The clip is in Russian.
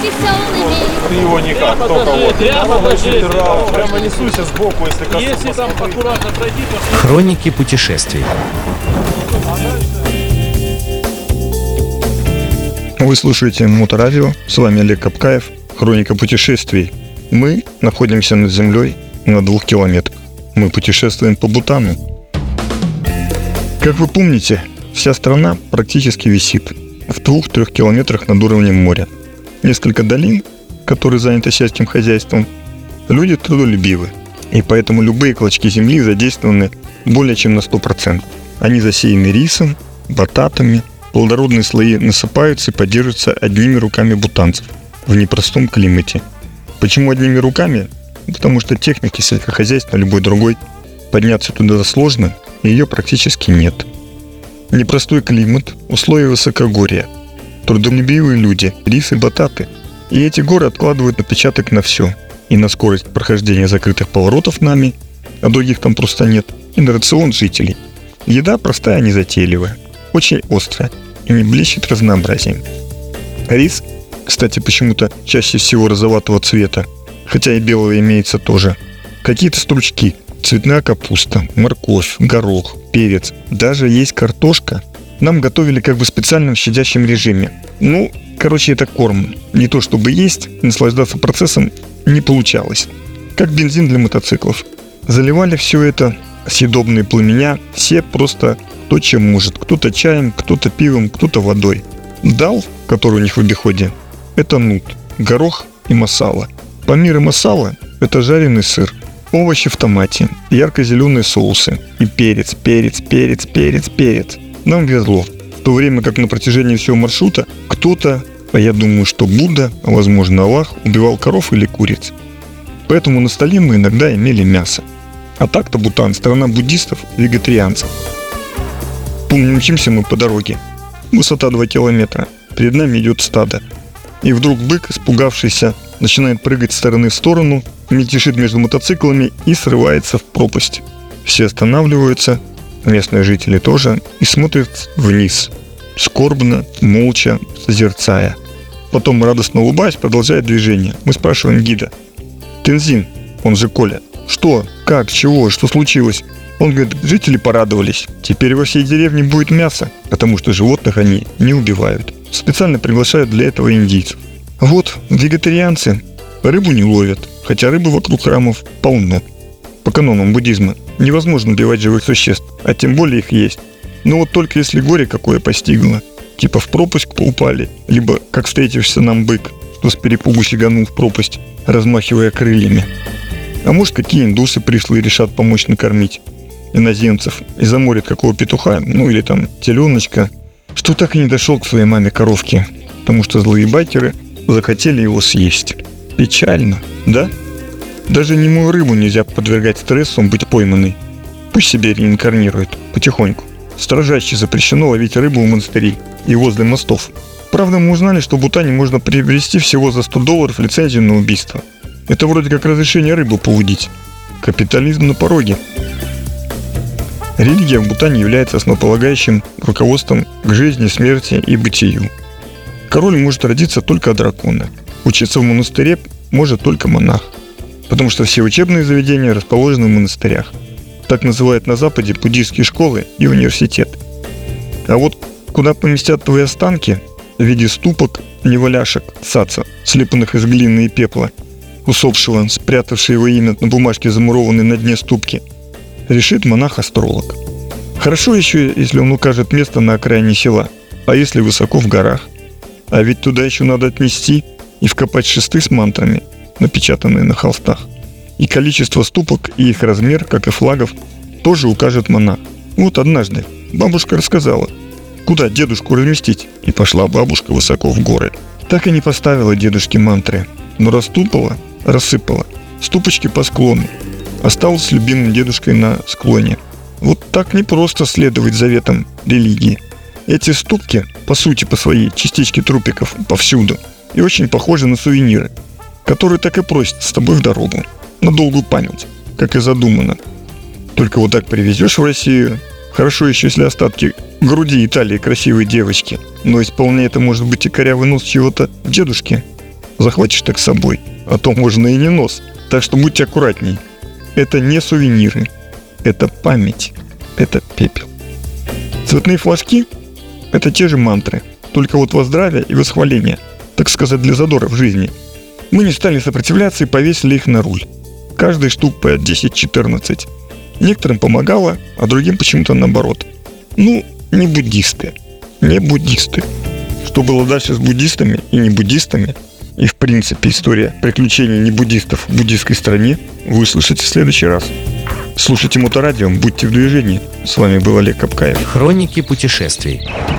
веселыми. Ты его никак, только вот. Прямо несуйся сбоку, если коснусь. Если там аккуратно пройти, то... Хроники путешествий. Вы слушаете Моторадио, с вами Олег Капкаев, Хроника путешествий. Мы находимся над землей на 2 километрах. Мы путешествуем по Бутану. Как вы помните, вся страна практически висит в 2-3 километрах над уровнем моря. Несколько долин, которые заняты сельским хозяйством, люди трудолюбивы, и поэтому любые клочки земли задействованы более чем на 100%. Они засеяны рисом, бататами, плодородные слои насыпаются и поддерживаются одними руками бутанцев в непростом климате. Почему одними руками? Потому что техники сельскохозяйства любой другой подняться туда сложно, и ее практически нет. Непростой климат, условия высокогорья, трудолюбивые люди, рис и бататы. И эти горы откладывают отпечаток на все. И на скорость прохождения закрытых поворотов нами, а других там просто нет, и на рацион жителей. Еда простая, незатейливая, очень острая и не блещет разнообразием. Рис, кстати, почему-то чаще всего розоватого цвета, хотя и белого имеется тоже. Какие-то стручки, цветная капуста, морковь, горох, перец, даже есть картошка. Нам готовили как бы в специальном щадящем режиме. Это корм. Не то чтобы есть, наслаждаться процессом не получалось. Как бензин для мотоциклов. Заливали все это, съедобные пламеня, все просто кто чем может. Кто-то чаем, кто-то пивом, кто-то водой. Дал, который у них в обиходе, это нут, горох и масала. Помир и масала – это жареный сыр, овощи в томате, ярко-зеленые соусы и перец. Нам везло. В то время как на протяжении всего маршрута кто-то, а я думаю, что Будда, а возможно Аллах, убивал коров или куриц. Поэтому на столе мы иногда имели мясо. А так-то Бутан – страна буддистов и вегетарианцев. Помню, мчимся мы по дороге. Высота 2 километра. Перед нами идет стадо. И вдруг бык, испугавшийся, начинает прыгать с стороны в сторону, мельтешит между мотоциклами и срывается в пропасть. Все останавливаются, местные жители тоже, и смотрят вниз, скорбно, молча, созерцая. Потом, радостно улыбаясь, продолжает движение. Мы спрашиваем гида: «Тензин, он же Коля, что, как, чего, что случилось?» Он говорит: жители порадовались, теперь во всей деревне будет мясо, потому что животных они не убивают. Специально приглашают для этого индийцев. Вот, вегетарианцы рыбу не ловят, хотя рыбы вокруг храмов полно. По канонам буддизма невозможно убивать живых существ, а тем более их есть. Но вот только если горе какое постигло, типа в пропасть упали, либо как встретившийся нам бык, что с перепугу сиганул в пропасть, размахивая крыльями. А может, какие индусы пришли и решат помочь накормить иноземцев и заморят какого петуха, или там теленочка, что так и не дошел к своей маме коровке, потому что злые байкеры захотели его съесть. Печально, да? Даже немую рыбу нельзя подвергать стрессу, быть пойманной. Пусть себе реинкарнирует потихоньку. Строжайше запрещено ловить рыбу в монастыре и возле мостов. Правда, мы узнали, что в Бутане можно приобрести всего за $100 лицензию на убийство. Это вроде как разрешение рыбу поудить. Капитализм на пороге. Религия в Бутане является основополагающим руководством к жизни, смерти и бытию. Король может родиться только от дракона. Учиться в монастыре может только монах. Потому что все учебные заведения расположены в монастырях. Так называют на Западе буддийские школы и университеты. А вот куда поместят твои останки в виде ступок, неваляшек, саца, слепанных из глины и пепла, усопшего, спрятавшего его имя на бумажке, замурованной на дне ступки, решит монах-астролог. Хорошо еще, если он укажет место на окраине села, а если высоко в горах. А ведь туда еще надо отнести и вкопать шесты с мантрами, напечатанные на холстах. И количество ступок и их размер, как и флагов, тоже укажет монах. Вот однажды бабушка рассказала, куда дедушку разместить, и пошла бабушка высоко в горы. Так и не поставила дедушке мантры, но рассыпала ступочки по склону. Осталась с любимым дедушкой на склоне. Вот так непросто следовать заветам религии. Эти ступки, по сути, по своей частичке трупиков повсюду, и очень похожи на сувениры, которые так и просят с тобой в дорогу, на долгую память, как и задумано. Только вот так привезешь в Россию, хорошо еще, если остатки груди и талии красивой девочки, но ведь вполне это может быть и корявый нос чего-то дедушки. захватишь так с собой, а то можно и не нос. Так что будьте аккуратней. Это не сувениры, это память, это пепел. Цветные флажки – это те же мантры, только вот во здравие и восхваление, так сказать, для задора в жизни. Мы не стали сопротивляться и повесили их на руль. Каждый штук по 10-14. Некоторым помогало, а другим почему-то наоборот. Ну, не буддисты. Не буддисты. Что было дальше с буддистами и не буддистами, и в принципе история приключений не буддистов в буддистской стране, вы услышите в следующий раз. Слушайте Моторадио, будьте в движении. С вами был Олег Капкаев. Хроники путешествий.